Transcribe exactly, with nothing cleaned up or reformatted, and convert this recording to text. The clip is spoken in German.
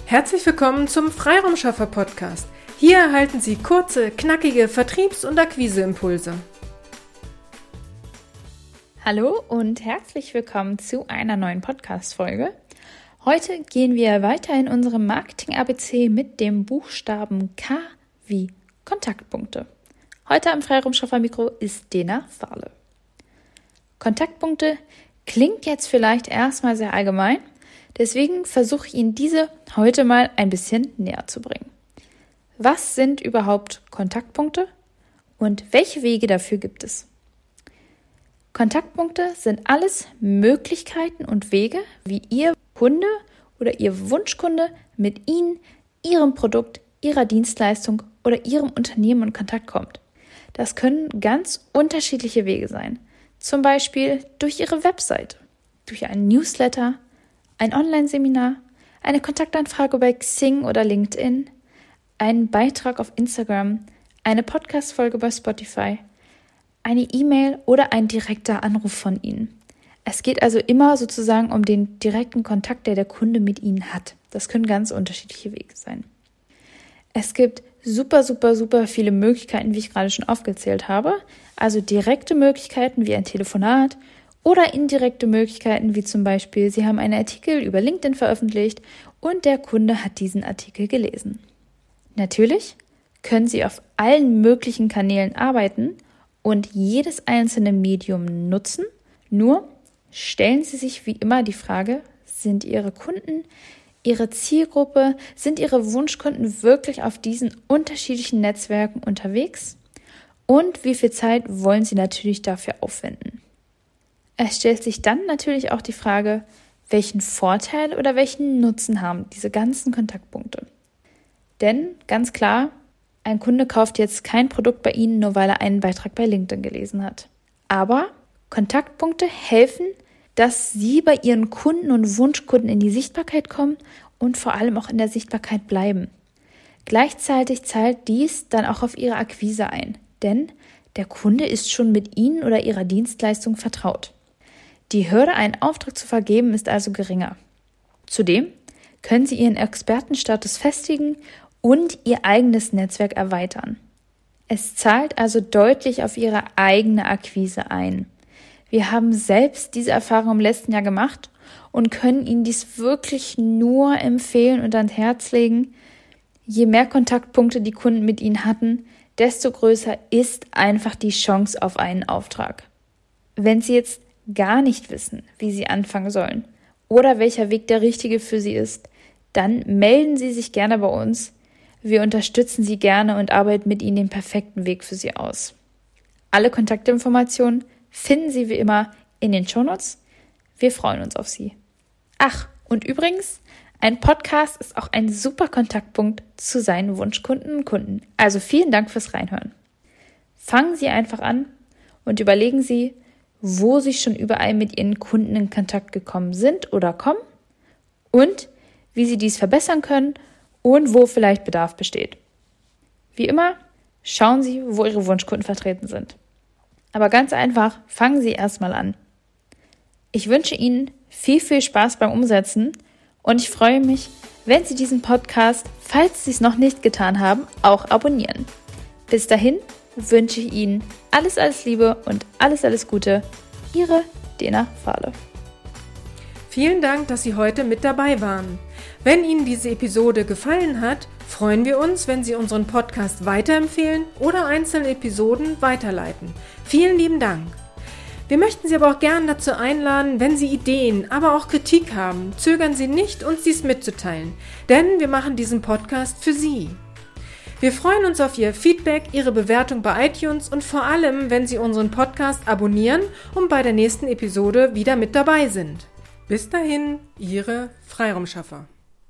Herzlich willkommen zum Freiraumschaffer-Podcast. Hier erhalten Sie kurze, knackige Vertriebs- und Akquiseimpulse. Hallo und herzlich willkommen zu einer neuen Podcast-Folge. Heute gehen wir weiter in unserem Marketing-A B C mit dem Buchstaben K wie Kontaktpunkte. Heute am Freiraumschaffer-Mikro ist Dena Fahle. Kontaktpunkte klingt jetzt vielleicht erstmal sehr allgemein, deswegen versuche ich Ihnen diese heute mal ein bisschen näher zu bringen. Was sind überhaupt Kontaktpunkte und welche Wege dafür gibt es? Kontaktpunkte sind alles Möglichkeiten und Wege, wie Ihr Kunde oder Ihr Wunschkunde mit Ihnen, Ihrem Produkt, Ihrer Dienstleistung oder Ihrem Unternehmen in Kontakt kommt. Das können ganz unterschiedliche Wege sein. Zum Beispiel durch Ihre Webseite, durch einen Newsletter, ein Online-Seminar, eine Kontaktanfrage bei Xing oder LinkedIn, einen Beitrag auf Instagram, eine Podcast-Folge bei Spotify, eine E-Mail oder ein direkter Anruf von Ihnen. Es geht also immer sozusagen um den direkten Kontakt, der der Kunde mit Ihnen hat. Das können ganz unterschiedliche Wege sein. Es gibt super, super, super viele Möglichkeiten, wie ich gerade schon aufgezählt habe. Also direkte Möglichkeiten wie ein Telefonat oder indirekte Möglichkeiten wie zum Beispiel, Sie haben einen Artikel über LinkedIn veröffentlicht und der Kunde hat diesen Artikel gelesen. Natürlich können Sie auf allen möglichen Kanälen arbeiten und jedes einzelne Medium nutzen. Nur stellen Sie sich wie immer die Frage, sind Ihre Kunden, Ihre Zielgruppe, sind Ihre Wunschkunden wirklich auf diesen unterschiedlichen Netzwerken unterwegs? Und wie viel Zeit wollen Sie natürlich dafür aufwenden? Es stellt sich dann natürlich auch die Frage, welchen Vorteil oder welchen Nutzen haben diese ganzen Kontaktpunkte? Denn ganz klar, ein Kunde kauft jetzt kein Produkt bei Ihnen, nur weil er einen Beitrag bei LinkedIn gelesen hat. Aber Kontaktpunkte helfen, dass Sie bei Ihren Kunden und Wunschkunden in die Sichtbarkeit kommen und vor allem auch in der Sichtbarkeit bleiben. Gleichzeitig zahlt dies dann auch auf Ihre Akquise ein, denn der Kunde ist schon mit Ihnen oder Ihrer Dienstleistung vertraut. Die Hürde, einen Auftrag zu vergeben, ist also geringer. Zudem können Sie Ihren Expertenstatus festigen und Ihr eigenes Netzwerk erweitern. Es zahlt also deutlich auf Ihre eigene Akquise ein. Wir haben selbst diese Erfahrung im letzten Jahr gemacht und können Ihnen dies wirklich nur empfehlen und ans Herz legen. Je mehr Kontaktpunkte die Kunden mit Ihnen hatten, desto größer ist einfach die Chance auf einen Auftrag. Wenn Sie jetzt gar nicht wissen, wie Sie anfangen sollen oder welcher Weg der richtige für Sie ist, dann melden Sie sich gerne bei uns. Wir unterstützen Sie gerne und arbeiten mit Ihnen den perfekten Weg für Sie aus. Alle Kontaktinformationen finden Sie wie immer in den Shownotes. Wir freuen uns auf Sie. Ach, und übrigens, ein Podcast ist auch ein super Kontaktpunkt zu seinen Wunschkunden und Kunden. Also vielen Dank fürs Reinhören. Fangen Sie einfach an und überlegen Sie, wo Sie schon überall mit Ihren Kunden in Kontakt gekommen sind oder kommen und wie Sie dies verbessern können und wo vielleicht Bedarf besteht. Wie immer, schauen Sie, wo Ihre Wunschkunden vertreten sind. Aber ganz einfach, fangen Sie erstmal an. Ich wünsche Ihnen viel, viel Spaß beim Umsetzen und ich freue mich, wenn Sie diesen Podcast, falls Sie es noch nicht getan haben, auch abonnieren. Bis dahin wünsche ich Ihnen alles, alles Liebe und alles, alles Gute. Ihre Dena Fahle. Vielen Dank, dass Sie heute mit dabei waren. Wenn Ihnen diese Episode gefallen hat, freuen wir uns, wenn Sie unseren Podcast weiterempfehlen oder einzelne Episoden weiterleiten. Vielen lieben Dank. Wir möchten Sie aber auch gern dazu einladen, wenn Sie Ideen, aber auch Kritik haben, zögern Sie nicht, uns dies mitzuteilen, denn wir machen diesen Podcast für Sie. Wir freuen uns auf Ihr Feedback, Ihre Bewertung bei iTunes und vor allem, wenn Sie unseren Podcast abonnieren und bei der nächsten Episode wieder mit dabei sind. Bis dahin, Ihre Freiraumschaffer.